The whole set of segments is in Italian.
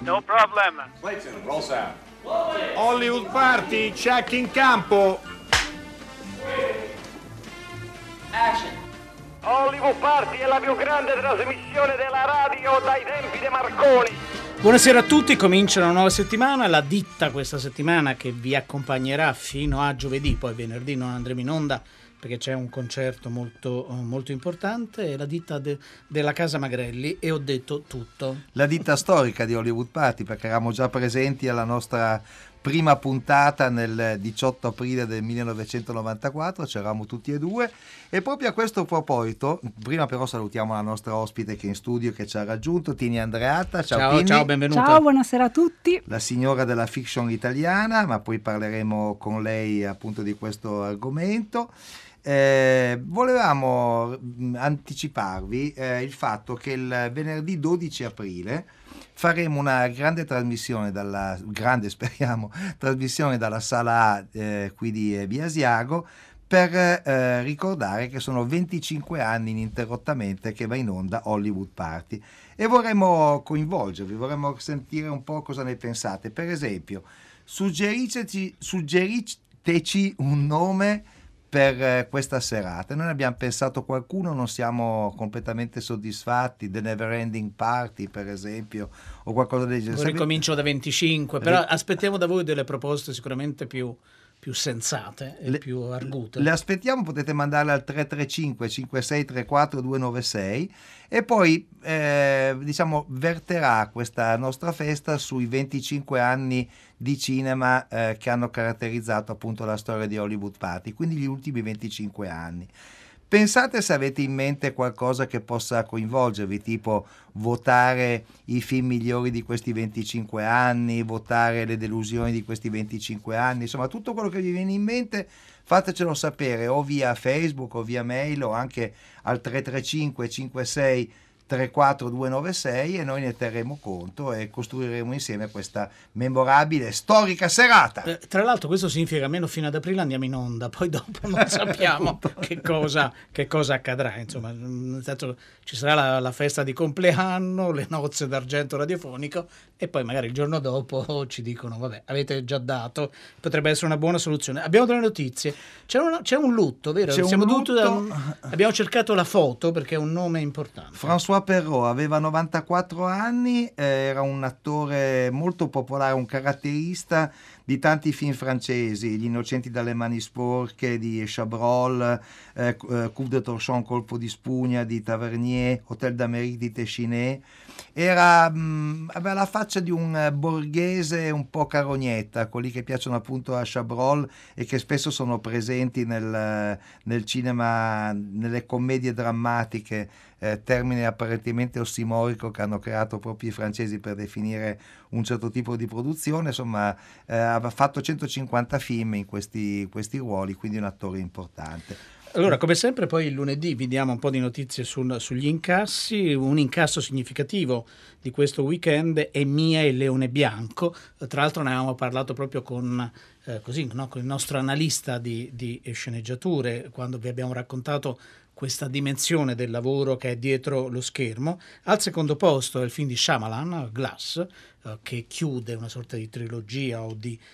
No problem. Clayton, roll sound. Hollywood Party, check in campo. Action. Hollywood Party è la più grande trasmissione della radio dai tempi di Marconi. Buonasera a tutti, comincia una nuova settimana, la ditta questa settimana che vi accompagnerà fino a giovedì, poi venerdì non andremo in onda perché c'è un concerto molto importante, è la ditta della Casa Magrelli e ho detto tutto. La ditta storica di Hollywood Party, perché eravamo già presenti alla nostra prima puntata nel 18 aprile del 1994, c'eravamo tutti e due, e proprio a questo proposito, prima però salutiamo la nostra ospite che è in studio, che ci ha raggiunto, Tini Andreatta. Ciao Tini. Ciao, benvenuta. Ciao, buonasera a tutti. La signora della fiction italiana, ma poi parleremo con lei appunto di questo argomento. Volevamo anticiparvi il fatto che il venerdì 12 aprile faremo una grande trasmissione trasmissione dalla sala A qui di Via Asiago per ricordare che sono 25 anni ininterrottamente che va in onda Hollywood Party, e vorremmo coinvolgervi, vorremmo sentire un po' cosa ne pensate. Per esempio, suggeriteci un nome per questa serata. Noi ne abbiamo pensato qualcuno, non siamo completamente soddisfatti. The Never Ending Party, per esempio, o qualcosa del genere. Ricomincio da 25, però aspettiamo da voi delle proposte sicuramente più sensate e più argute. Le aspettiamo, potete mandarle al 335 5634 296 e poi verterà questa nostra festa sui 25 anni di cinema che hanno caratterizzato appunto la storia di Hollywood Party, quindi gli ultimi 25 anni. Pensate se avete in mente qualcosa che possa coinvolgervi, tipo votare i film migliori di questi 25 anni, votare le delusioni di questi 25 anni, insomma tutto quello che vi viene in mente fatecelo sapere o via Facebook o via mail o anche al 335 56 34 296 e noi ne terremo conto e costruiremo insieme questa memorabile storica serata. Tra l'altro questo significa almeno fino ad aprile andiamo in onda, poi dopo non sappiamo che cosa accadrà, insomma, nel senso, ci sarà la festa di compleanno, le nozze d'argento radiofonico e poi magari il giorno dopo ci dicono vabbè, avete già dato, potrebbe essere una buona soluzione. Abbiamo delle notizie, c'è un lutto, vero? Abbiamo cercato la foto perché è un nome importante. François Perrault aveva 94 anni, era un attore molto popolare, un caratterista di tanti film francesi, Gli innocenti dalle mani sporche di Chabrol, Coup de Torchon, colpo di spugna di Tavernier, Hotel d'Amérique di Téchiné. Aveva la faccia di un borghese un po' carognetta, quelli che piacciono appunto a Chabrol e che spesso sono presenti nel cinema, nelle commedie drammatiche, termine apparentemente ossimorico che hanno creato proprio i francesi per definire un certo tipo di produzione. Insomma, aveva fatto 150 film in questi ruoli, quindi un attore importante. Allora, come sempre, poi il lunedì vi diamo un po' di notizie sugli incassi. Un incasso significativo di questo weekend è Mia e Leone Bianco. Tra l'altro ne avevamo parlato proprio con il nostro analista di sceneggiature, quando vi abbiamo raccontato questa dimensione del lavoro che è dietro lo schermo. Al secondo posto è il film di Shyamalan, Glass, che chiude una sorta di trilogia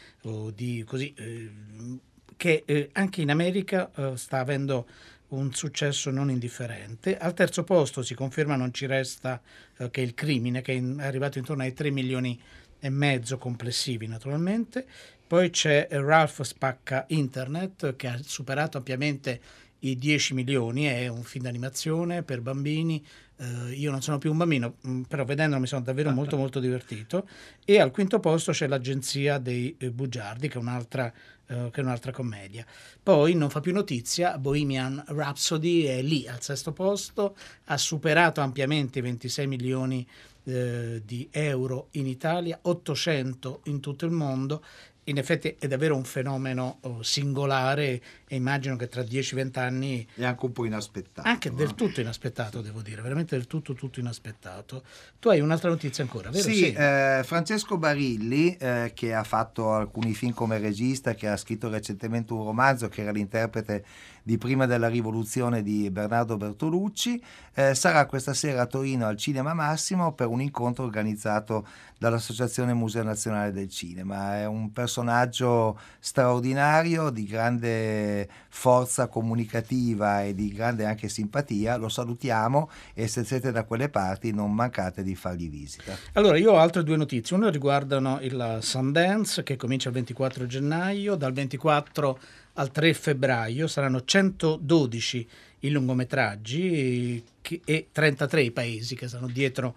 che anche in America sta avendo un successo non indifferente. Al terzo posto si conferma Non ci resta che Il crimine, che è arrivato intorno ai 3 milioni e mezzo complessivi naturalmente. Poi c'è Ralph Spacca Internet, che ha superato ampiamente i 10 milioni, è un film d'animazione per bambini. Io non sono più un bambino, però vedendolo mi sono davvero molto molto divertito. E al quinto posto c'è L'agenzia dei bugiardi, che è un'altra commedia. Poi non fa più notizia, Bohemian Rhapsody è lì al sesto posto, ha superato ampiamente i 26 milioni di euro in Italia, 800 in tutto il mondo, in effetti è davvero un fenomeno singolare, e immagino che tra 10-20 anni è anche un po' inaspettato. Anche del tutto inaspettato, devo dire, veramente del tutto inaspettato. Tu hai un'altra notizia ancora, vero? Sì, Francesco Barilli, che ha fatto alcuni film come regista, che ha scritto recentemente un romanzo, che era l'interprete di Prima della rivoluzione di Bernardo Bertolucci, sarà questa sera a Torino al Cinema Massimo per un incontro organizzato dall'Associazione Museo Nazionale del Cinema. È un personaggio straordinario, di grande forza comunicativa e di grande anche simpatia. Lo salutiamo e se siete da quelle parti non mancate di fargli visita. Allora, io ho altre due notizie. Una riguardano il Sundance, che comincia il 24 gennaio, dal 24 al 3 febbraio saranno 112 i lungometraggi e 33 i paesi che stanno dietro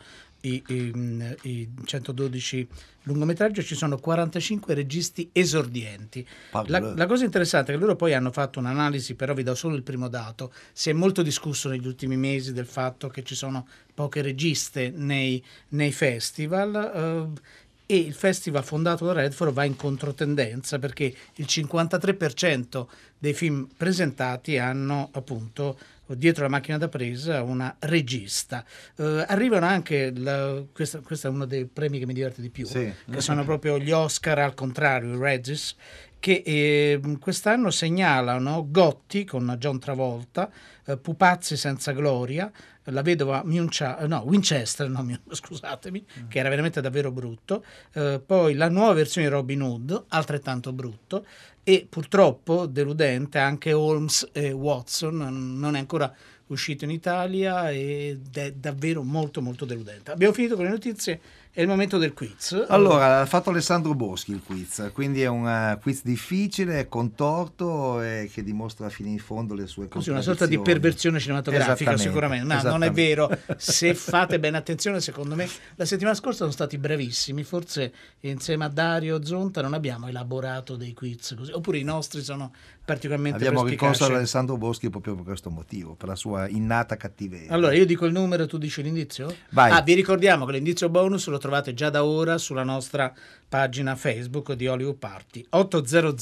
i 112 lungometraggi. Ci sono 45 registi esordienti. La cosa interessante è che loro poi hanno fatto un'analisi, però vi do solo il primo dato. Si è molto discusso negli ultimi mesi del fatto che ci sono poche registe nei festival, e il festival fondato da Redford va in controtendenza, perché il 53% dei film presentati hanno appunto dietro la macchina da presa una regista. Arrivano anche, questo è uno dei premi che mi diverte di più, sì, che sono proprio gli Oscar al contrario, i Regis, che quest'anno segnalano Gotti con John Travolta, Pupazzi senza gloria, La vedova Winchester, scusatemi, che era veramente davvero brutto, poi la nuova versione di Robin Hood, altrettanto brutto, e purtroppo deludente anche Holmes e Watson, non è ancora uscito in Italia ed è davvero molto molto deludente. Abbiamo finito con le notizie, è il momento del quiz. Allora, ha fatto Alessandro Boschi il quiz, quindi è un quiz difficile, contorto e che dimostra fino in fondo le sue così, una sorta di perversione cinematografica sicuramente, ma non è vero. Se fate bene attenzione, secondo me la settimana scorsa sono stati bravissimi, forse insieme a Dario Zonta non abbiamo elaborato dei quiz così, oppure i nostri sono particolarmente abbiamo perspicaci. ricorso ad Alessandro Boschi proprio per questo motivo, per la sua innata cattiveria. Allora io dico il numero, tu dici l'indizio? Vai. Vi ricordiamo che l'indizio bonus lo trovate già da ora sulla nostra pagina Facebook di Hollywood Party. 800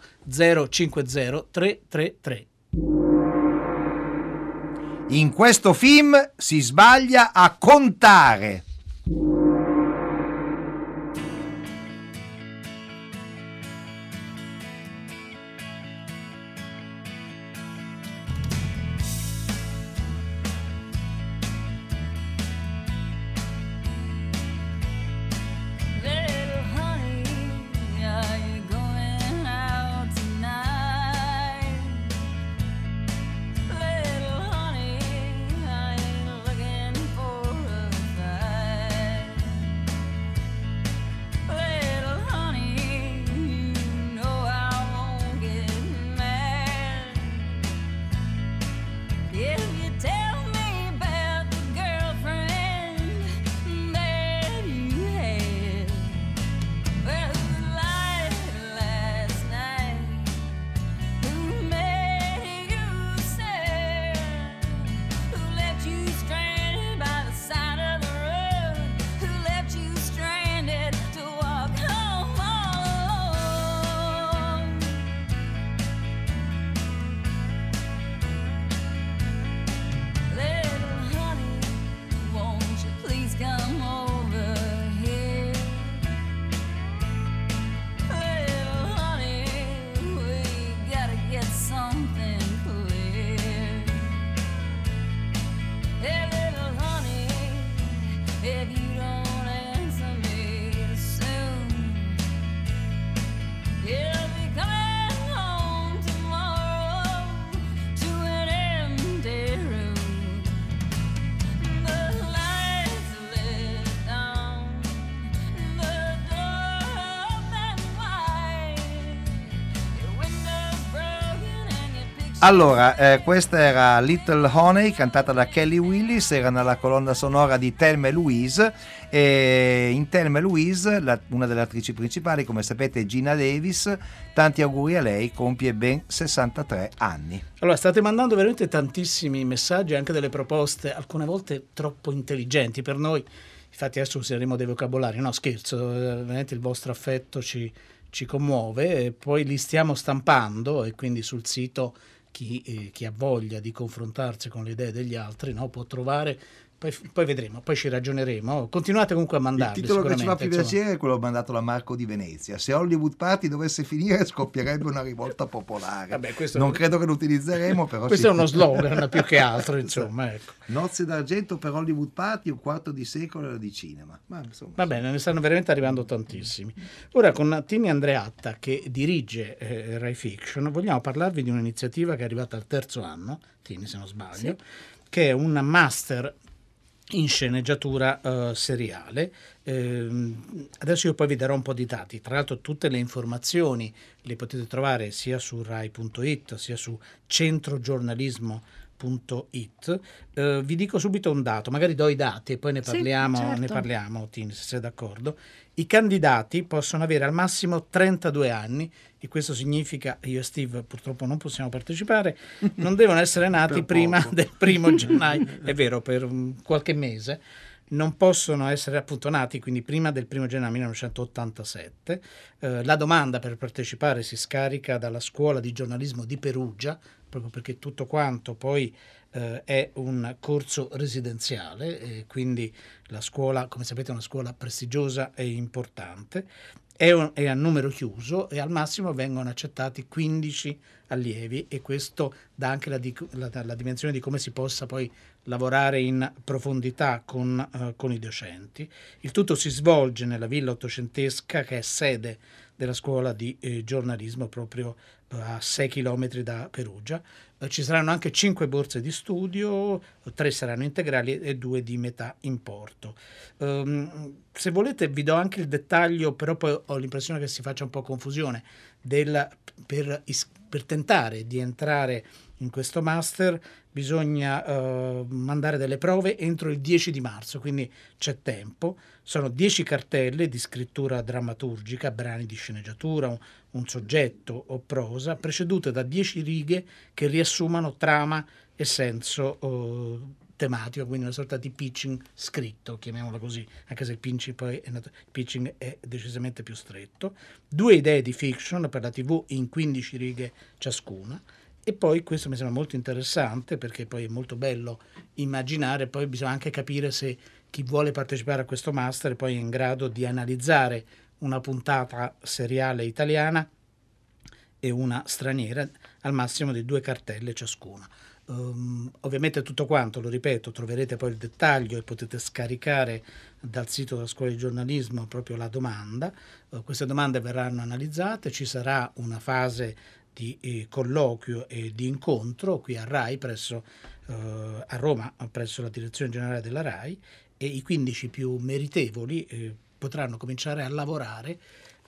050 333. In questo film si sbaglia a contare. Allora, questa era Little Honey, cantata da Kelly Willis, era nella colonna sonora di Thelma e Louise, e in Thelma e Louise una delle attrici principali, come sapete, è Gina Davis. Tanti auguri a lei, compie ben 63 anni. Allora, state mandando veramente tantissimi messaggi, anche delle proposte, alcune volte troppo intelligenti per noi. Infatti adesso useremo dei vocabolari, no scherzo, veramente il vostro affetto ci ci commuove, e poi li stiamo stampando e quindi sul sito chi ha voglia di confrontarsi con le idee degli altri, no, può trovare. Poi vedremo, poi ci ragioneremo. Continuate comunque a mandarli. Il titolo che ci fa più insomma. piacere è quello mandato da Marco di Venezia. Se Hollywood Party dovesse finire, scoppierebbe una rivolta popolare. Vabbè, non credo che lo utilizzeremo, però questo è uno slogan più che altro, insomma, ecco. Nozze d'argento per Hollywood Party, un quarto di secolo di cinema. Ma, insomma, Va bene, ne stanno veramente arrivando tantissimi. Ora, con Tini Andreatta, che dirige Rai Fiction, vogliamo parlarvi di un'iniziativa che è arrivata al 3° anno, Tini se non sbaglio, che è un master in sceneggiatura seriale. Adesso io poi vi darò un po' di dati. Tra l'altro tutte le informazioni le potete trovare sia su rai.it sia su centrogiornalismo.it. Vi dico subito un dato, magari do i dati e poi ne parliamo, certo. ne parliamo, Tini, se sei d'accordo. I candidati possono avere al massimo 32 anni, e questo significa, io e Steve purtroppo non possiamo partecipare, non devono essere nati prima del 1° gennaio, è vero, per qualche mese, non possono essere appunto nati quindi prima del 1° gennaio 1987. La domanda per partecipare si scarica dalla Scuola di Giornalismo di Perugia, proprio perché tutto quanto poi è un corso residenziale, e quindi la scuola, come sapete, è una scuola prestigiosa e importante, è a numero chiuso e al massimo vengono accettati 15 allievi, e questo dà anche la dimensione di come si possa poi lavorare in profondità con i docenti. Il tutto si svolge nella Villa Ottocentesca, che è sede della scuola di giornalismo, proprio a 6 chilometri da Perugia. Ci saranno anche 5 borse di studio, 3 saranno integrali e 2 di metà importo. Se volete vi do anche il dettaglio, però poi ho l'impressione che si faccia un po' confusione per tentare di entrare in questo master. Bisogna mandare delle prove entro il 10 di marzo, quindi c'è tempo. Sono 10 cartelle di scrittura drammaturgica, brani di sceneggiatura, un soggetto o prosa, precedute da 10 righe che riassumano trama e senso tematico, quindi una sorta di pitching scritto, chiamiamolo così, anche se il pitching è decisamente più stretto. 2 idee di fiction per la TV in 15 righe ciascuna. E poi questo mi sembra molto interessante, perché poi è molto bello immaginare, poi bisogna anche capire se chi vuole partecipare a questo master poi è in grado di analizzare una puntata seriale italiana e una straniera, al massimo di 2 cartelle ciascuna. Ovviamente tutto quanto, lo ripeto, troverete poi il dettaglio e potete scaricare dal sito della Scuola di Giornalismo proprio la domanda. Queste domande verranno analizzate, ci sarà una fase di colloquio e di incontro qui a Rai, a Roma, presso la direzione generale della Rai, e i 15 più meritevoli potranno cominciare a lavorare,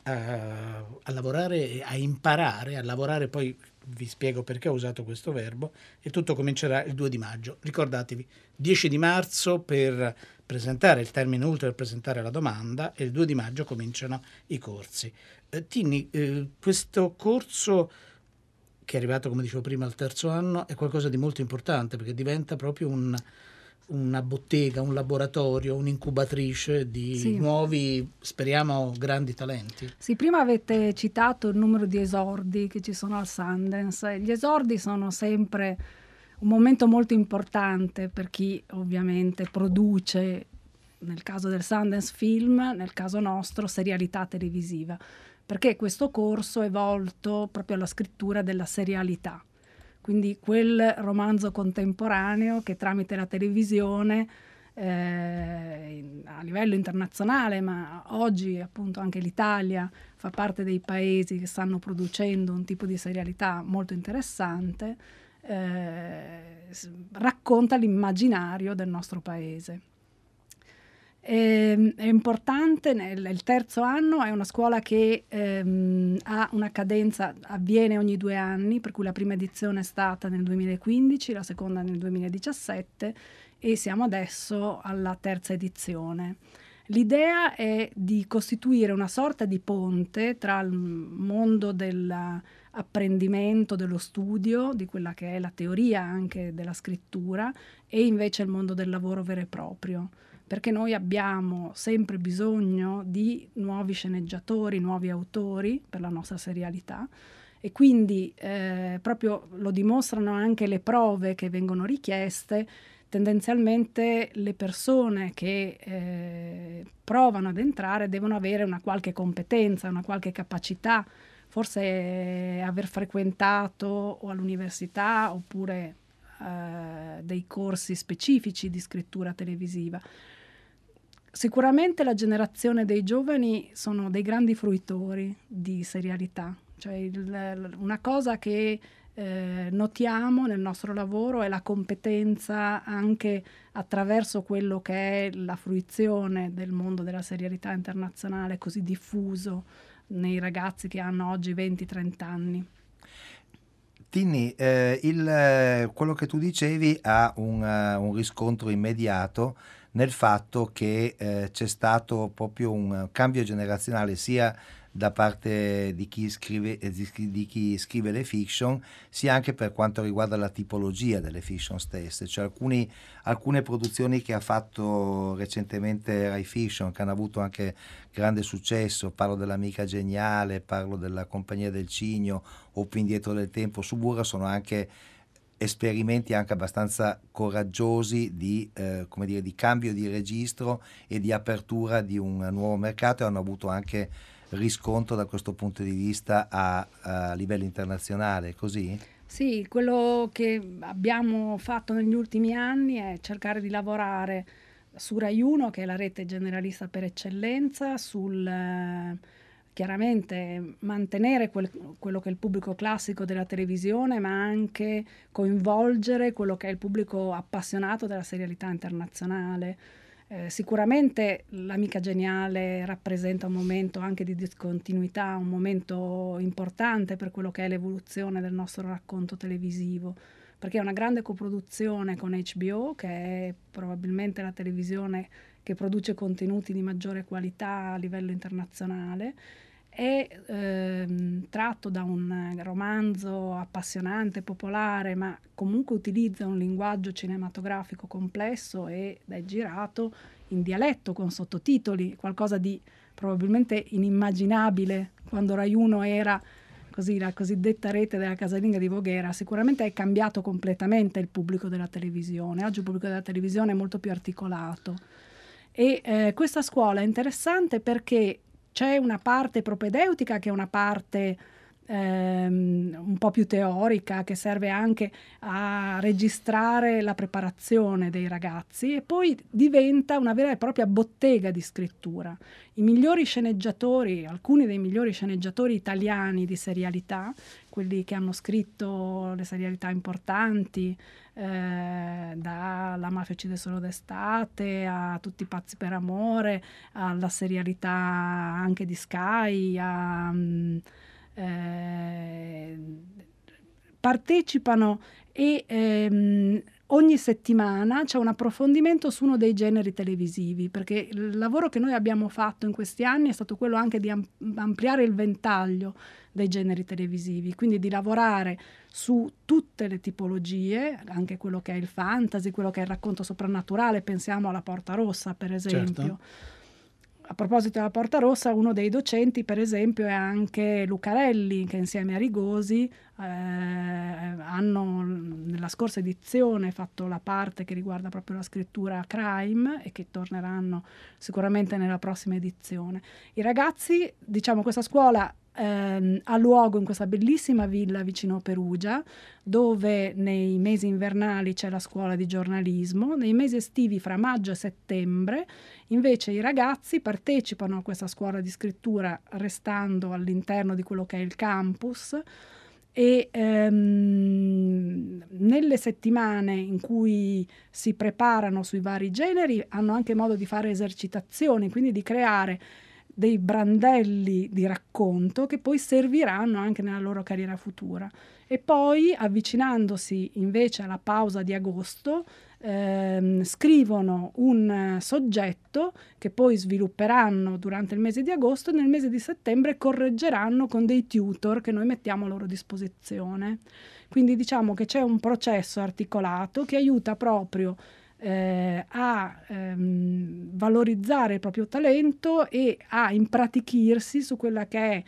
a imparare, a lavorare. Poi vi spiego perché ho usato questo verbo, e tutto comincerà il 2 di maggio. Ricordatevi, 10 di marzo per presentare il termine ultimo per presentare la domanda, e il 2 di maggio cominciano i corsi. Tini, questo corso, che è arrivato, come dicevo prima, al 3° anno, è qualcosa di molto importante, perché diventa proprio una bottega, un laboratorio, un'incubatrice di nuovi, speriamo, grandi talenti. Sì, prima avete citato il numero di esordi che ci sono al Sundance. Gli esordi sono sempre un momento molto importante per chi ovviamente produce, nel caso del Sundance film, nel caso nostro serialità televisiva, perché questo corso è volto proprio alla scrittura della serialità, quindi quel romanzo contemporaneo che tramite la televisione a livello internazionale, ma oggi appunto anche l'Italia fa parte dei paesi che stanno producendo un tipo di serialità molto interessante, racconta l'immaginario del nostro paese. È importante, il 3° anno è una scuola che ha una cadenza, avviene ogni 2 anni, per cui la prima edizione è stata nel 2015, la seconda nel 2017 e siamo adesso alla 3ª edizione. L'idea è di costituire una sorta di ponte tra il mondo dell'apprendimento, dello studio, di quella che è la teoria anche della scrittura, e invece il mondo del lavoro vero e proprio. perché noi abbiamo sempre bisogno di nuovi sceneggiatori, nuovi autori per la nostra serialità, e quindi proprio lo dimostrano anche le prove che vengono richieste. Tendenzialmente le persone che provano ad entrare devono avere una qualche competenza, una qualche capacità, forse aver frequentato o all'università oppure dei corsi specifici di scrittura televisiva. Sicuramente la generazione dei giovani sono dei grandi fruitori di serialità, cioè una cosa che notiamo nel nostro lavoro è la competenza anche attraverso quello che è la fruizione del mondo della serialità internazionale così diffuso nei ragazzi che hanno oggi 20-30 anni. Tinni, quello che tu dicevi ha un riscontro immediato nel fatto che c'è stato proprio un cambio generazionale sia da parte di chi scrive le fiction, sia anche per quanto riguarda la tipologia delle fiction stesse, cioè alcune produzioni che ha fatto recentemente Rai Fiction, che hanno avuto anche grande successo, parlo dell'Amica Geniale, parlo della Compagnia del Cigno o Più indietro del tempo, Suburra, sono anche esperimenti anche abbastanza coraggiosi di cambio di registro e di apertura di un nuovo mercato, e hanno avuto anche riscontro da questo punto di vista a livello internazionale, così? Sì, quello che abbiamo fatto negli ultimi anni è cercare di lavorare su Rai 1, che è la rete generalista per eccellenza, chiaramente mantenere quello che è il pubblico classico della televisione, ma anche coinvolgere quello che è il pubblico appassionato della serialità internazionale. Sicuramente l'Amica Geniale rappresenta un momento anche di discontinuità, un momento importante per quello che è l'evoluzione del nostro racconto televisivo, perché è una grande coproduzione con HBO, che è probabilmente la televisione che produce contenuti di maggiore qualità a livello internazionale. È tratto da un romanzo appassionante, popolare, ma comunque utilizza un linguaggio cinematografico complesso ed è girato in dialetto con sottotitoli, qualcosa di probabilmente inimmaginabile quando Rai 1 era così, la cosiddetta rete della casalinga di Voghera. Sicuramente è cambiato completamente il pubblico della televisione. Oggi il pubblico della televisione è molto più articolato, e questa scuola è interessante perché c'è una parte propedeutica che è una parte un po' più teorica, che serve anche a registrare la preparazione dei ragazzi, e poi diventa una vera e propria bottega di scrittura. I migliori sceneggiatori, alcuni dei migliori sceneggiatori italiani di serialità, quelli che hanno scritto le serialità importanti, da La mafia uccide solo d'estate a Tutti pazzi per amore, alla serialità anche di Sky, partecipano, e ogni settimana c'è un approfondimento su uno dei generi televisivi, perché il lavoro che noi abbiamo fatto in questi anni è stato quello anche di ampliare il ventaglio dei generi televisivi, quindi di lavorare su tutte le tipologie, anche quello che è il fantasy, quello che è il racconto soprannaturale. Pensiamo alla Porta Rossa, per esempio. Certo. A proposito della Porta Rossa, uno dei docenti, per esempio, è anche Lucarelli, che insieme a Rigosi hanno nella scorsa edizione fatto la parte che riguarda proprio la scrittura crime, e che torneranno sicuramente nella prossima edizione. I ragazzi, diciamo, questa scuola ha luogo in questa bellissima villa vicino Perugia, dove nei mesi invernali c'è la scuola di giornalismo, nei mesi estivi fra maggio e settembre invece i ragazzi partecipano a questa scuola di scrittura restando all'interno di quello che è il campus, e nelle settimane in cui si preparano sui vari generi hanno anche modo di fare esercitazioni, quindi di creare dei brandelli di racconto che poi serviranno anche nella loro carriera futura. E poi, avvicinandosi invece alla pausa di agosto, scrivono un soggetto che poi svilupperanno durante il mese di agosto, e nel mese di settembre correggeranno con dei tutor che noi mettiamo a loro disposizione. Quindi diciamo che c'è un processo articolato che aiuta proprio a valorizzare il proprio talento e a impratichirsi su quella che è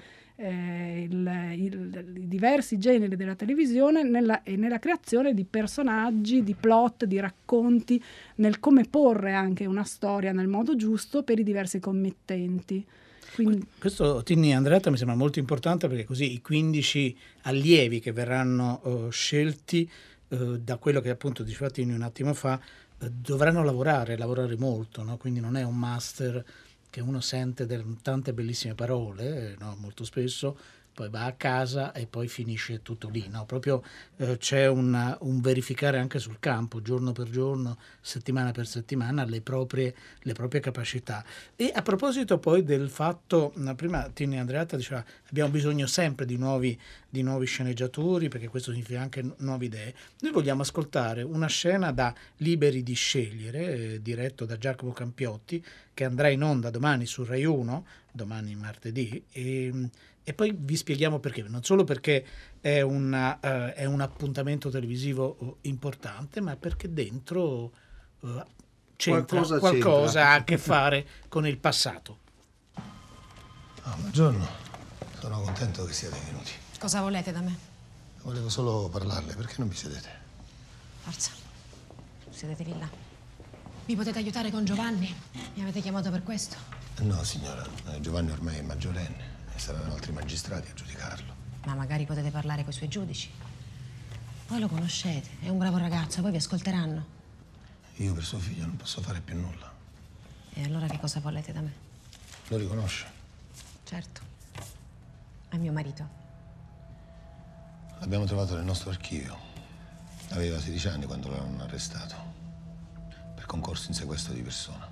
i diversi generi della televisione e nella creazione di personaggi, di plot, di racconti, nel come porre anche una storia nel modo giusto per i diversi committenti. Quindi... Questo, Tinni Andreatta, mi sembra molto importante, perché così i 15 allievi che verranno scelti, da quello che appunto diceva Tinni un attimo fa, dovranno lavorare molto, no? Quindi non è un master che uno sente tante bellissime parole, no? Molto spesso, poi va a casa e poi finisce tutto lì, no? Proprio c'è un verificare anche sul campo, giorno per giorno, settimana per settimana, le proprie capacità. E a proposito poi del fatto, prima Tinni Andreatta diceva abbiamo bisogno sempre di nuovi sceneggiatori, perché questo significa anche nuove idee. Noi vogliamo ascoltare una scena da Liberi di scegliere, diretto da Giacomo Campiotti, che andrà in onda domani su Rai 1, domani martedì, e poi vi spieghiamo perché. Non solo perché è un appuntamento televisivo importante, ma perché dentro c'entra qualcosa ha a che fare con il passato. Buongiorno, sono contento che siate venuti. Cosa volete da me? Volevo solo parlarle, perché non vi sedete? Forza, sedetevi là. Mi potete aiutare con Giovanni? Mi avete chiamato per questo? No, signora, Giovanni ormai è maggiorenne e saranno altri magistrati a giudicarlo. Ma magari potete parlare coi suoi giudici. Voi lo conoscete, è un bravo ragazzo, poi vi ascolteranno. Io per suo figlio non posso fare più nulla. E allora che cosa volete da me? Lo riconosce? Certo, è mio marito. L'abbiamo trovato nel nostro archivio. Aveva 16 anni quando l'hanno arrestato per concorso in sequestro di persona.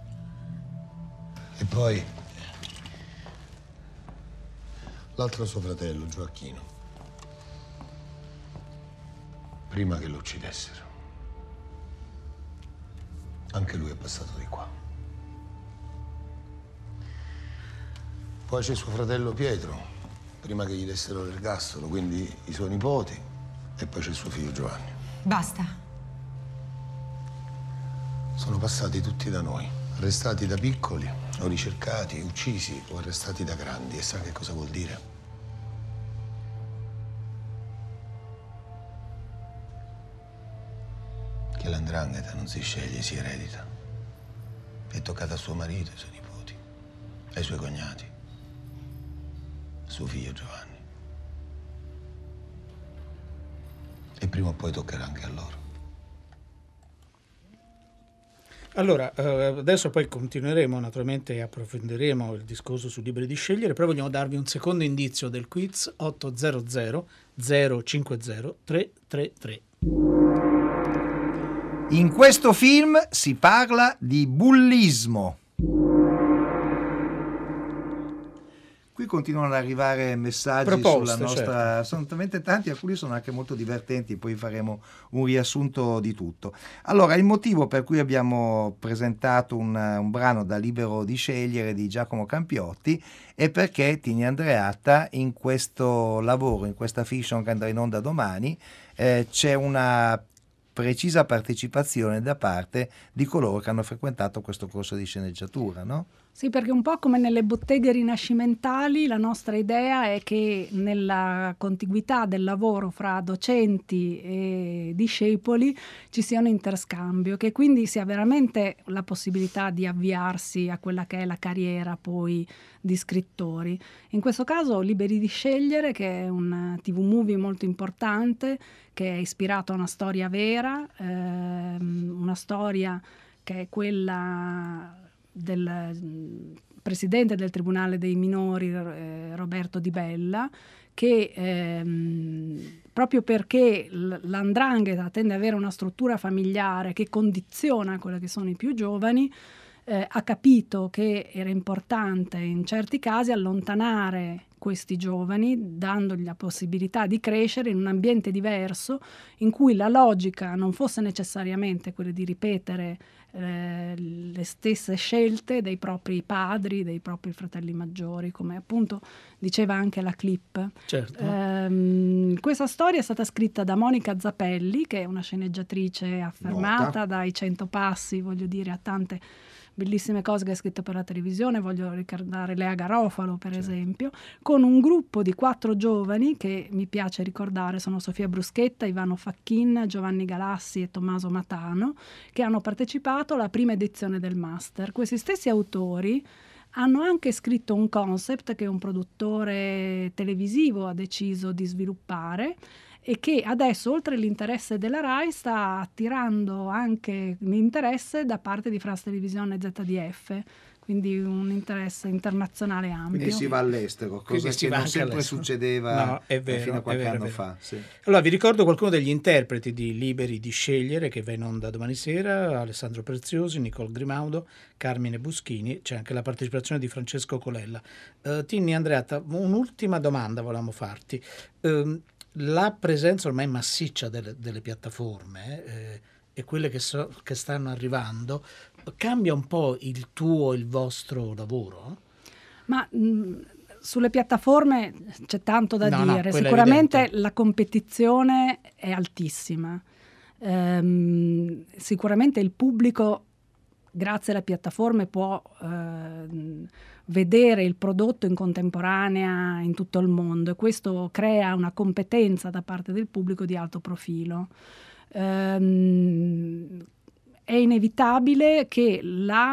E poi l'altro suo fratello, Gioacchino, prima che lo uccidessero, anche lui è passato di qua. Poi c'è suo fratello Pietro, prima che gli dessero l'ergastolo, quindi i suoi nipoti, e poi c'è suo figlio Giovanni. Basta. Sono passati tutti da noi, arrestati da piccoli, o ricercati, uccisi o arrestati da grandi. E sa che cosa vuol dire? Che l''ndrangheta non si sceglie, si eredita. È toccata a suo marito, ai suoi nipoti, ai suoi cognati, suo figlio Giovanni. E prima o poi toccherà anche a loro. Allora, adesso poi continueremo naturalmente e approfondiremo il discorso su Liberi di scegliere, però vogliamo darvi un secondo indizio del quiz 800 050 333. In questo film si parla di bullismo. Qui continuano ad arrivare messaggi proposte, sulla nostra, certo. Sono talmente tanti, alcuni sono anche molto divertenti, poi faremo un riassunto di tutto. Allora, il motivo per cui abbiamo presentato un brano da Libero di scegliere di Giacomo Campiotti è perché Tinni Andreatta in questo lavoro, in questa fiction che andrà in onda domani, c'è una precisa partecipazione da parte di coloro che hanno frequentato questo corso di sceneggiatura, no? Sì, perché un po' come nelle botteghe rinascimentali, la nostra idea è che nella contiguità del lavoro fra docenti e discepoli ci sia un interscambio, che quindi sia veramente la possibilità di avviarsi a quella che è la carriera poi di scrittori. In questo caso Liberi di scegliere, che è un TV movie molto importante, che è ispirato a una storia vera, una storia che è quella del presidente del Tribunale dei Minori Roberto Di Bella, che proprio perché l''ndrangheta tende ad avere una struttura familiare che condiziona quelle che sono i più giovani, ha capito che era importante in certi casi allontanare questi giovani, dandogli la possibilità di crescere in un ambiente diverso in cui la logica non fosse necessariamente quella di ripetere le stesse scelte dei propri padri, dei propri fratelli maggiori, come appunto diceva anche la clip. Certo. Questa storia è stata scritta da Monica Zappelli, che è una sceneggiatrice affermata, dai 100 passi, voglio dire, a tante bellissime cose che ha scritto per la televisione. Voglio ricordare Lea Garofalo, per esempio, con un gruppo di 4 giovani che mi piace ricordare, sono Sofia Bruschetta, Ivano Facchin, Giovanni Galassi e Tommaso Matano, che hanno partecipato alla prima edizione del Master. Questi stessi autori hanno anche scritto un concept che un produttore televisivo ha deciso di sviluppare e che adesso, oltre all'interesse della RAI, sta attirando anche l'interesse da parte di France Television e ZDF, quindi un interesse internazionale ampio. Quindi si va all'estero, cosa che non sempre succedeva fino a qualche anno fa. Sì. Allora vi ricordo qualcuno degli interpreti di Liberi di scegliere, che va in onda domani sera: Alessandro Preziosi, Nicole Grimaudo, Carmine Buschini, c'è anche la partecipazione di Francesco Colella. Tinni, Andreatta, un'ultima domanda volevamo farti. La presenza ormai massiccia delle piattaforme e quelle che stanno arrivando cambia un po' il vostro lavoro? Ma sulle piattaforme c'è tanto da dire. Sicuramente la competizione è altissima. Sicuramente il pubblico, grazie alle piattaforme, può vedere il prodotto in contemporanea in tutto il mondo, e questo crea una competenza da parte del pubblico di alto profilo. È inevitabile che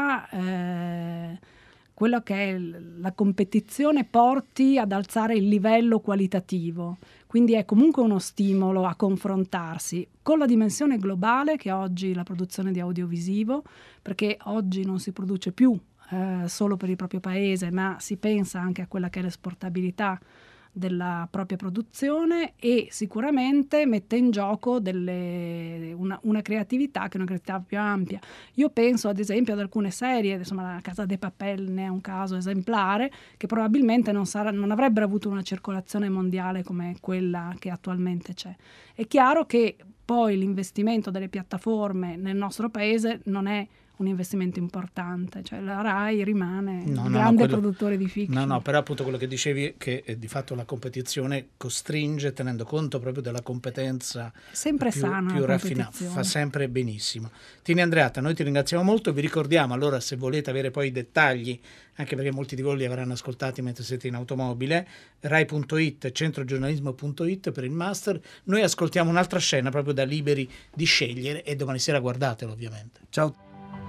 quello che è la competizione porti ad alzare il livello qualitativo, quindi è comunque uno stimolo a confrontarsi con la dimensione globale che oggi la produzione di audiovisivo, perché oggi non si produce più solo per il proprio paese, ma si pensa anche a quella che è l'esportabilità della propria produzione, e sicuramente mette in gioco una creatività che è una creatività più ampia. Io penso ad esempio ad alcune serie, insomma la Casa de Papel ne è un caso esemplare, che probabilmente non avrebbero avuto una circolazione mondiale come quella che attualmente c'è. È chiaro che poi l'investimento delle piattaforme nel nostro paese non è un investimento importante, cioè la RAI rimane un grande produttore di fiction. No, però appunto quello che dicevi, che di fatto la competizione costringe, tenendo conto proprio della competenza sempre più raffinata, fa sempre benissimo. Tini, Andreatta, noi ti ringraziamo molto, vi ricordiamo allora, se volete avere poi i dettagli, anche perché molti di voi li avranno ascoltati mentre siete in automobile, rai.it, centrogiornalismo.it per il Master. Noi ascoltiamo un'altra scena proprio da Liberi di scegliere, e domani sera guardatelo ovviamente. Ciao.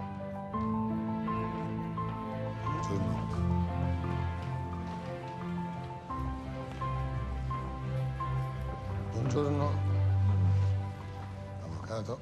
Buongiorno. Avvocato.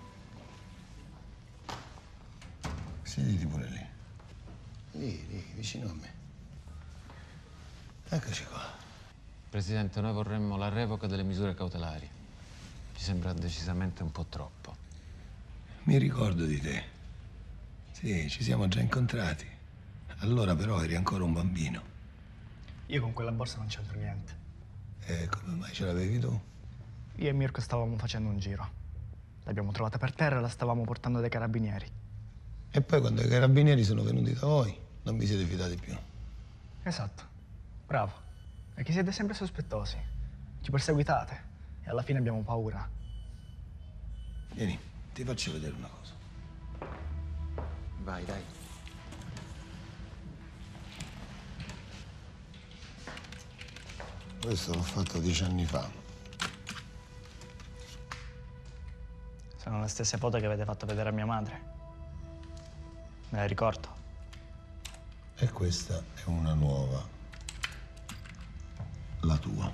Siediti pure lì. Lì, vicino a me. Eccoci qua. Presidente, noi vorremmo la revoca delle misure cautelari. Ci sembra decisamente un po' troppo. Mi ricordo di te. Sì, ci siamo già incontrati. Allora però eri ancora un bambino. Io con quella borsa non c'entro niente. E come mai ce l'avevi tu? Io e Mirko stavamo facendo un giro. L'abbiamo trovata per terra e la stavamo portando dai carabinieri. E poi quando i carabinieri sono venuti da voi, non vi siete fidati più. Esatto. Bravo. Perché siete sempre sospettosi. Ci perseguitate. E alla fine abbiamo paura. Vieni, ti faccio vedere una cosa. Vai, dai. Questo l'ho fatto 10 anni fa. Sono le stesse foto che avete fatto vedere a mia madre. Me le ricordo. E questa è una nuova. La tua.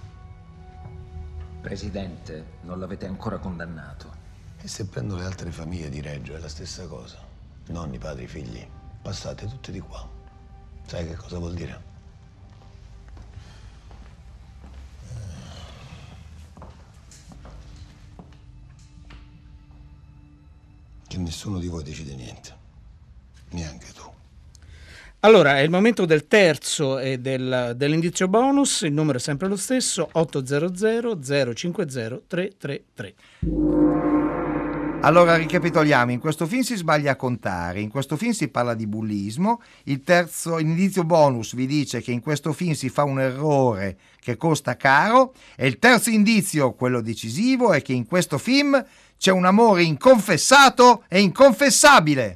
Presidente, non l'avete ancora condannato. E se prendo le altre famiglie di Reggio è la stessa cosa. Nonni, padri, figli. Passate tutti di qua. Sai che cosa vuol dire? Che nessuno di voi decide niente. Allora, è il momento del terzo e dell'indizio bonus, il numero è sempre lo stesso, 800 050 333. Allora ricapitoliamo, in questo film si sbaglia a contare, in questo film si parla di bullismo, l'indizio bonus vi dice che in questo film si fa un errore che costa caro e il terzo indizio, quello decisivo, è che in questo film c'è un amore inconfessato e inconfessabile.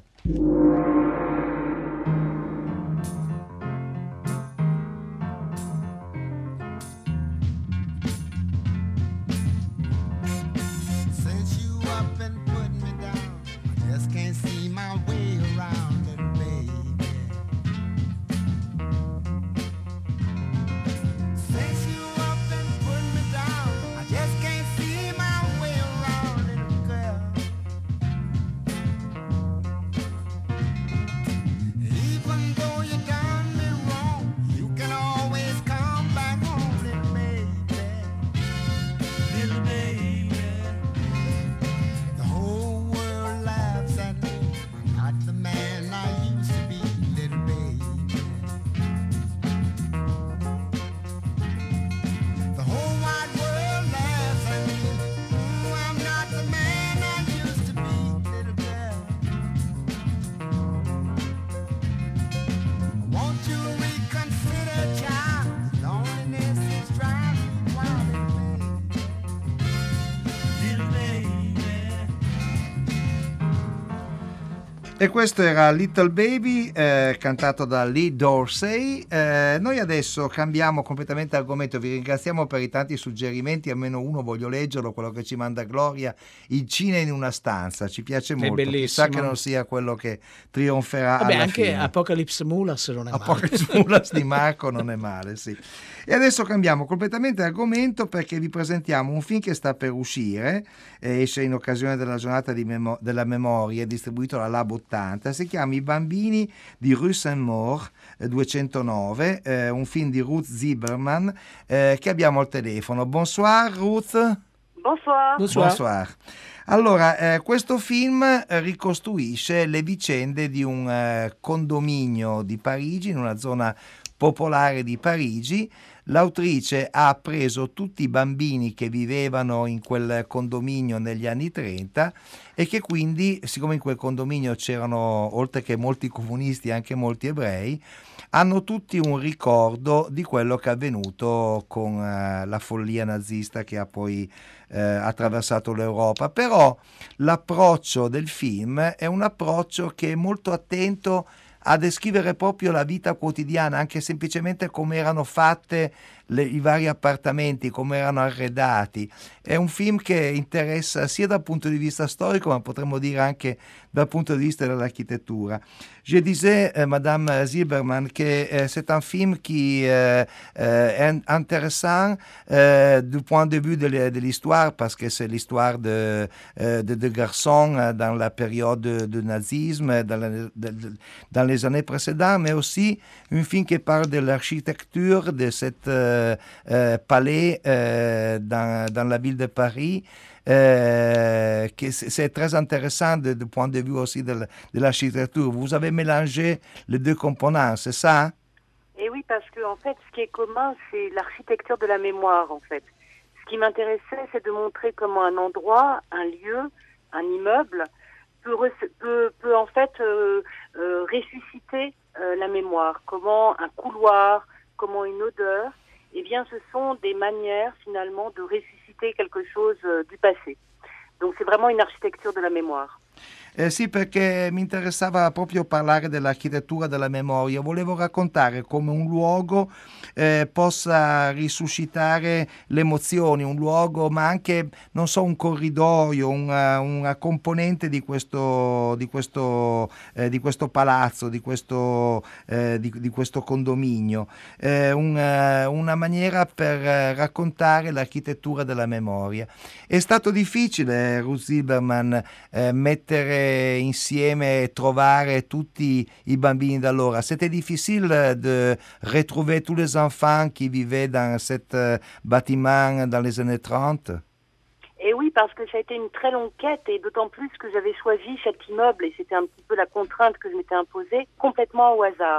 E questo era Little Baby, cantato da Lee Dorsey. Noi adesso cambiamo completamente argomento, vi ringraziamo per i tanti suggerimenti, almeno uno voglio leggerlo, quello che ci manda Gloria, Il Cine in una stanza, ci piace molto, chissà che non sia quello che trionferà alla anche fine. Apocalypse Mulas non è male. Apocalypse Mulas di Marco non è male, sì. E adesso cambiamo completamente argomento perché vi presentiamo un film che sta per uscire, esce in occasione della giornata della memoria, distribuito dalla Lab 80, si chiama I bambini di Rue Saint-Maur 209, un film di Ruth Zimmerman che abbiamo al telefono. Bonsoir Ruth. Bonsoir. Bonsoir. Allora, questo film ricostruisce le vicende di un condominio di Parigi, in una zona popolare di Parigi. L'autrice ha preso tutti i bambini che vivevano in quel condominio negli anni 30 e che quindi, siccome in quel condominio c'erano, oltre che molti comunisti, anche molti ebrei, hanno tutti un ricordo di quello che è avvenuto con la follia nazista che ha poi attraversato l'Europa. Però l'approccio del film è un approccio che è molto attento a descrivere proprio la vita quotidiana, anche semplicemente come erano fatte i vari appartamenti, come erano arredati. È un film che interessa sia dal punto di vista storico, ma potremmo dire anche dal punto di vista dell'architettura. Je disais, Madame Zimmerman, que c'est un film qui est intéressant du point de vue de l'histoire, parce que c'est l'histoire de garçons dans la période du nazisme, dans les années précédentes, mais aussi un film qui parle de l'architecture de cette palais dans la ville de Paris. Que c'est très intéressant du point de vue aussi de l'architecture. Vous avez mélangé les deux composants, c'est ça? Et oui, parce que en fait, ce qui est commun, c'est l'architecture de la mémoire, en fait. Ce qui m'intéressait, c'est de montrer comment un endroit, un lieu, un immeuble peut en fait ressusciter la mémoire. Comment un couloir, comment une odeur, eh bien, ce sont des manières finalement de ressusciter quelque chose du passé. Donc c'est vraiment une architecture de la mémoire. Sì, perché mi interessava proprio parlare dell'architettura della memoria. Volevo raccontare come un luogo possa risuscitare le emozioni, un luogo, ma anche, non so, un corridoio, una componente di questo palazzo, di questo condominio, una maniera per raccontare l'architettura della memoria. È stato difficile, Ruth Zimmerman, mettere insieme e trovare tutti i bambini d'allora. C'était difficile de retrouver tous les enfants qui vivaient dans cet bâtiment dans les années 30? Et oui, parce que ça a été une très longue quête, et d'autant plus que j'avais choisi cet immeuble, et c'était un petit peu la contrainte que je m'étais imposée, complètement au hasard.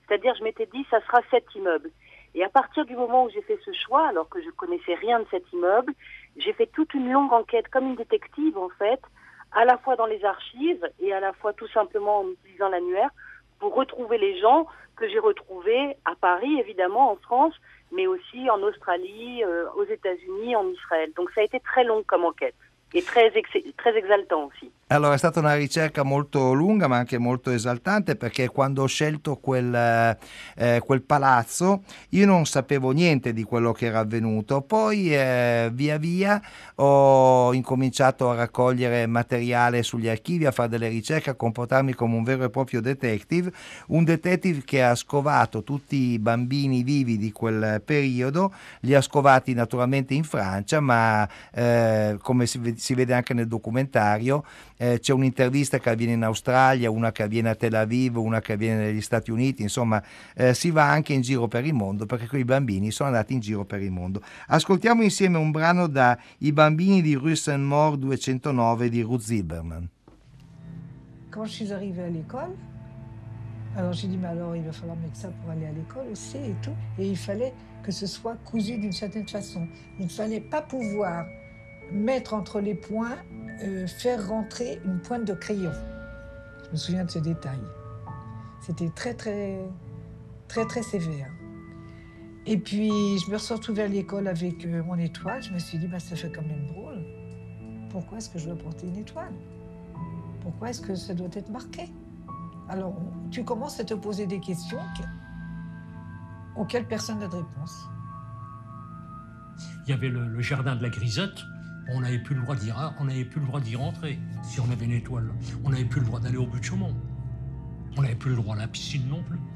C'est-à-dire, je m'étais dit, ça sera cet immeuble. Et à partir du moment où j'ai fait ce choix, alors que je connaissais rien de cet immeuble, j'ai fait toute une longue enquête, comme une détective en fait, à la fois dans les archives et à la fois tout simplement en utilisant l'annuaire, pour retrouver les gens que j'ai retrouvés à Paris, évidemment, en France, mais aussi en Australie, aux États-Unis, en Israël. Donc ça a été très long comme enquête. E très esaltante aussi. Allora è stata una ricerca molto lunga ma anche molto esaltante, perché quando ho scelto quel palazzo io non sapevo niente di quello che era avvenuto, poi via via ho incominciato a raccogliere materiale sugli archivi, a fare delle ricerche, a comportarmi come un vero e proprio detective, un detective che ha scovato tutti i bambini vivi di quel periodo, li ha scovati naturalmente in Francia, ma come si vede anche nel documentario, c'è un'intervista che avviene in Australia, una che avviene a Tel Aviv, una che avviene negli Stati Uniti, insomma si va anche in giro per il mondo, perché quei bambini sono andati in giro per il mondo. Ascoltiamo insieme un brano da I bambini di Rue Saint-Maur 209 di Ruth Silberman. Quand je suis arrivée à l'école, alors j'ai dit, mais alors il va falloir mettre ça pour aller à l'école aussi et tout, et il fallait que ce soit cousu d'une certaine façon. Il ne fallait pas pouvoir mettre entre les points, faire rentrer une pointe de crayon. Je me souviens de ce détail. C'était très, très, très, très sévère. Et puis, je me suis retrouvée à l'école avec mon étoile. Je me suis dit, bah, ça fait quand même drôle. Pourquoi est-ce que je dois porter une étoile? Pourquoi est-ce que ça doit être marqué? Alors, tu commences à te poser des questions auxquelles personne n'a de réponse. Il y avait le jardin de la Grisette. On n'avait plus le droit d'y rentrer si on avait une étoile. On n'avait plus le droit d'aller au but de Chaumont. On n'avait plus le droit à la piscine non plus.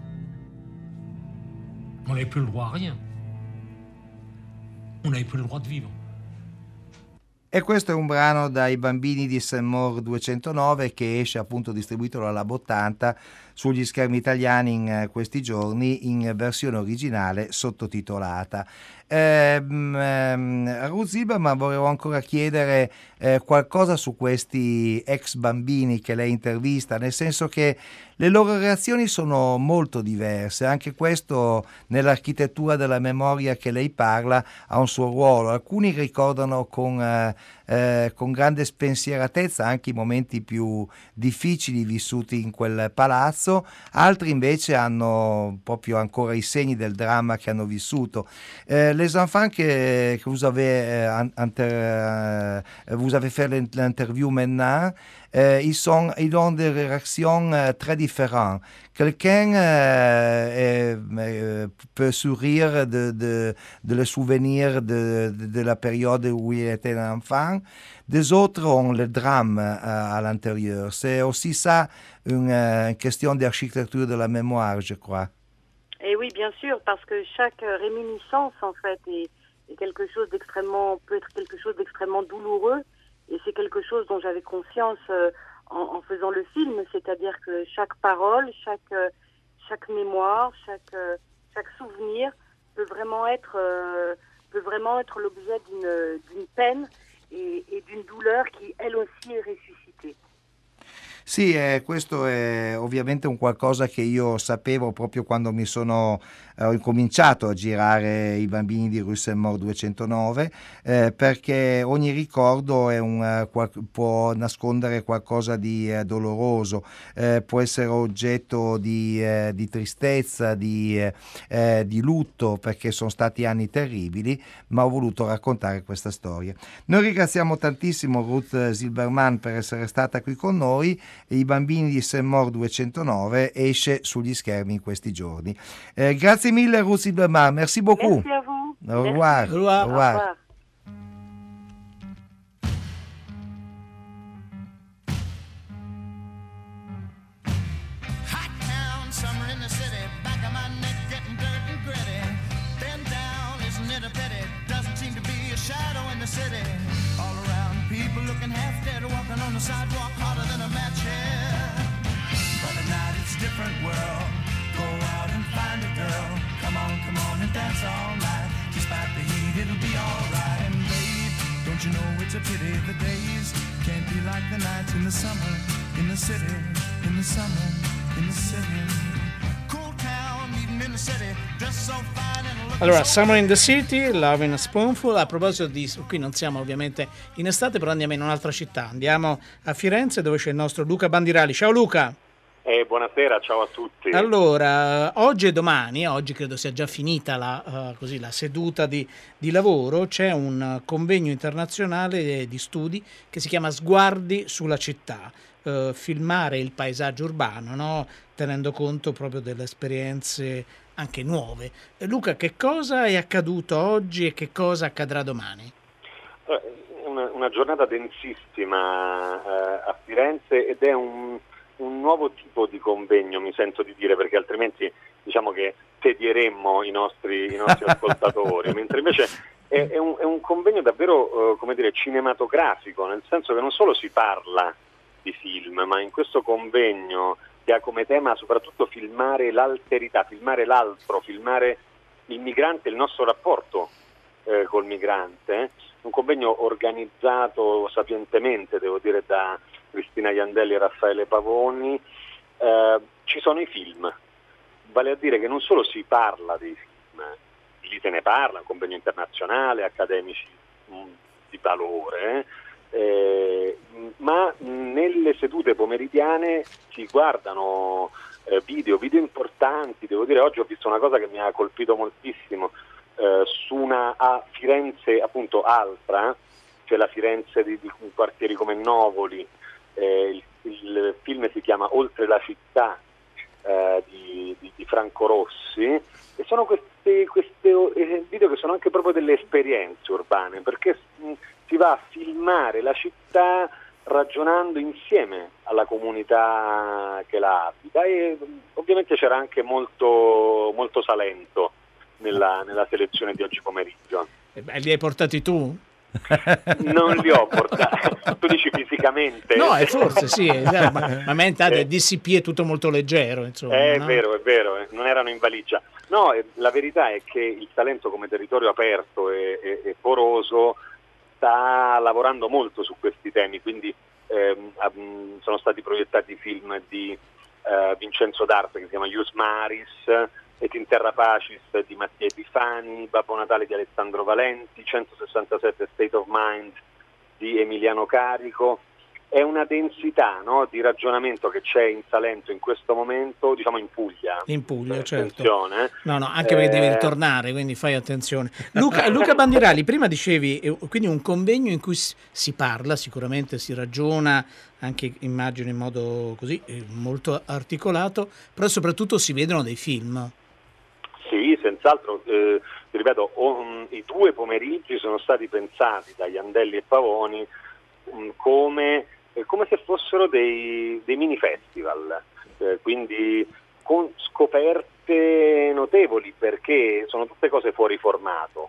On n'avait plus le droit à rien. On n'avait plus le droit de vivre. E questo è un brano dai bambini di Saint-Maur 209 che esce appunto distribuito dalla Lab 80 sugli schermi italiani in questi giorni in versione originale sottotitolata. Ruth Silberman, volevo ancora chiedere qualcosa su questi ex bambini che lei intervista, nel senso che le loro reazioni sono molto diverse, anche questo nell'architettura della memoria che lei parla ha un suo ruolo. Alcuni ricordano con grande spensieratezza anche i momenti più difficili vissuti in quel palazzo, altri invece hanno proprio ancora i segni del dramma che hanno vissuto. Les enfants que vous avez fait l'interview maintenant, ils ont des réactions très différentes. Quelqu'un peut sourire de le souvenir de la période où il était un enfant. Des autres ont le drame à l'intérieur. C'est aussi ça une question d'architecture de la mémoire, je crois. Et oui, bien sûr, parce que chaque réminiscence, en fait, est quelque chose peut être quelque chose d'extrêmement douloureux. Et c'est quelque chose dont j'avais conscience en faisant le film, c'est-à-dire que chaque parole, chaque mémoire, chaque souvenir peut vraiment être l'objet d'une peine et d'une douleur qui, elle aussi, est ressuscitée. Sì, questo è ovviamente un qualcosa che io sapevo proprio quando ho incominciato a girare I bambini di Rue Saint-Maur 209, perché ogni ricordo può nascondere qualcosa di doloroso, può essere oggetto di tristezza, di lutto, perché sono stati anni terribili, ma ho voluto raccontare questa storia. Noi ringraziamo tantissimo Ruth Silberman per essere stata qui con noi. I bambini di Saint-Maur 209 esce sugli schermi in questi giorni. Grazie mille Ruth Silberman, merci beaucoup. Merci à vous. Au revoir. Au revoir. Au revoir. Sidewalk harder than a match here. But at night it's a different world. Go out and find a girl. Come on and dance all night. Despite the heat, it'll be alright. And babe, don't you know it's a pity the days can't be like the nights in the summer, in the city, in the summer, in the city. Cool town Allora, Summer in the City, Love in a Spoonful. A proposito di... Qui non siamo ovviamente in estate, però andiamo in un'altra città. Andiamo a Firenze, dove c'è il nostro Luca Bandirali. Ciao Luca! Buonasera, ciao a tutti. Allora, oggi e domani, oggi credo sia già finita la seduta di lavoro, c'è un convegno internazionale di studi che si chiama Sguardi sulla città, filmare il paesaggio urbano, no? Tenendo conto proprio delle esperienze anche nuove. Luca, che cosa è accaduto oggi e che cosa accadrà domani? Una giornata densissima a Firenze, ed è un nuovo tipo di convegno, mi sento di dire, perché altrimenti diciamo che tedieremmo i nostri ascoltatori, mentre invece è un convegno davvero cinematografico, nel senso che non solo si parla di film, ma in questo convegno, che ha come tema soprattutto filmare l'alterità, filmare l'altro, filmare il migrante, il nostro rapporto col migrante, un convegno organizzato sapientemente, devo dire, da Cristina Iandelli e Raffaele Pavoni. Ci sono i film, vale a dire che non solo si parla dei film, lì se ne parla, un convegno internazionale, accademici di valore, ma nelle sedute pomeridiane si guardano video importanti. Devo dire, oggi ho visto una cosa che mi ha colpito moltissimo, a Firenze appunto Altra, cioè la Firenze di quartieri come Novoli. Il film si chiama Oltre la città, di Franco Rossi, e sono questi video che sono anche proprio delle esperienze urbane, perché si va a filmare la città ragionando insieme alla comunità che la abita, e ovviamente c'era anche molto Salento nella selezione di oggi pomeriggio. Li hai portati tu? Non li ho portati. Tu dici fisicamente? No, forse sì, ma mentre DCP è tutto molto leggero, insomma. È no? vero, non erano in valigia. No, la verità è che il Salento, come territorio aperto e poroso, sta lavorando molto su questi temi, quindi sono stati proiettati film di Vincenzo D'Arte che si chiama Ius Maris, Et in Terra Pacis di Mattia Epifani, Babbo Natale di Alessandro Valenti, 167 State of Mind di Emiliano Carico. È una densità, no, di ragionamento che c'è in Salento in questo momento, diciamo in Puglia. In Puglia, certo. Attenzione. No, anche perché devi ritornare, quindi fai attenzione. Luca Bandirali, prima dicevi, quindi un convegno in cui si parla, sicuramente si ragiona, anche immagino in modo così molto articolato, però soprattutto si vedono dei film. Sì, senz'altro, ti ripeto, i 2 pomeriggi sono stati pensati da Iandelli e Pavoni come se fossero dei mini festival, quindi con scoperte notevoli, perché sono tutte cose fuori formato,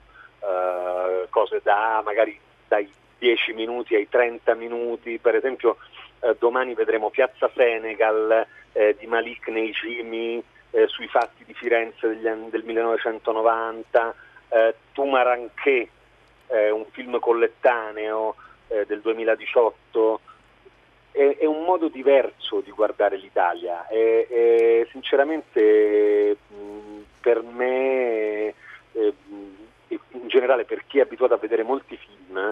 cose magari dai 10 minuti ai 30 minuti, per esempio domani vedremo Piazza Senegal di Malik Nejimi, sui fatti di Firenze del 1990, Tumaranché, un film collettaneo del 2018. È un modo diverso di guardare l'Italia e sinceramente per me, in generale per chi è abituato a vedere molti film,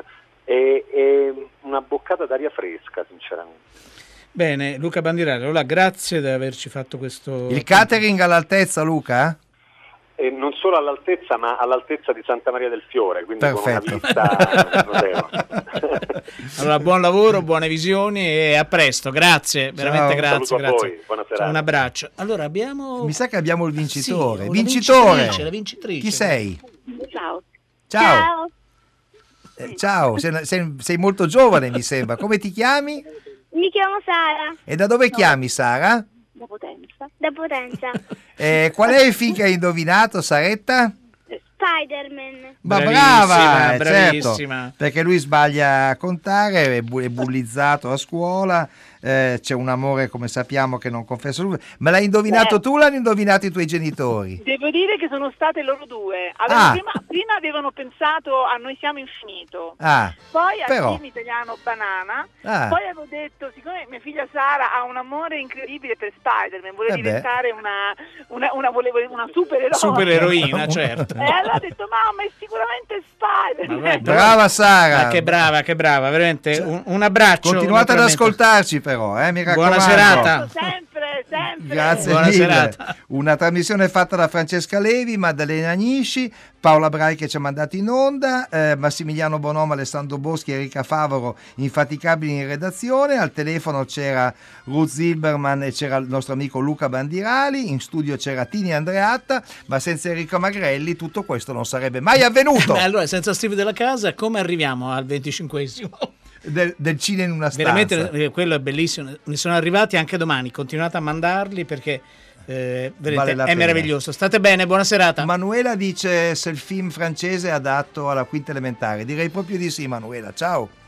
è una boccata d'aria fresca, sinceramente. Bene, Luca Bandirali, allora grazie di averci fatto questo... Il catering all'altezza, Luca? Non solo all'altezza, ma all'altezza di Santa Maria del Fiore, quindi perfetto. Con una vista Allora, buon lavoro, buone visioni e a presto, grazie, veramente grazie. A voi, buona serata. Un abbraccio. Allora abbiamo... Mi sa che abbiamo il vincitore. Sì, vincitore! La vincitrice. Chi sei? Ciao. Ciao, sei molto giovane, mi sembra. Come ti chiami? Mi chiamo Sara. E da dove chiami, Sara? Da Potenza. Da Potenza. Qual è il film che hai indovinato, Saretta? Spider-Man. Ma bravissima, brava, bravissima. Certo, perché lui sbaglia a contare, è bullizzato a scuola, c'è un amore, come sappiamo, che non confessa lui. Ma l'hai indovinato tu o l'hanno indovinato i tuoi genitori? Devo dire che sono state loro due. Prima avevano pensato a Noi siamo infinito, poi a film italiano Banana, poi avevo detto, siccome mia figlia Sara ha un amore incredibile per Spider-Man, vuole diventare una supereroina, certo. E allora ho detto, mamma, è sicuramente Spider-Man. Brava Sara, che brava, veramente un abbraccio. Continuate ad ascoltarci però, mi raccomando. Buona serata. Sempre. Grazie Buona mille. serata. Una trasmissione fatta da Francesca Levi, Maddalena Agnisci, Paola Brai che ci ha mandato in onda, Massimiliano Bonomo, Alessandro Boschi, Enrica Favaro, infaticabili in redazione. Al telefono c'era Ruth Zilberman e c'era il nostro amico Luca Bandirali, in studio c'era Tini Andreatta, ma senza Enrico Magrelli tutto questo non sarebbe mai avvenuto. Allora, senza Steve della Casa, come arriviamo al 25esimo? Del Cine in una stanza. Veramente quello è bellissimo. Ne sono arrivati anche domani. Continuate a mandarli perché Vale la è pena. meraviglioso. State bene, buona serata. Manuela dice se il film francese è adatto alla quinta elementare. Direi proprio di sì, Manuela. Ciao.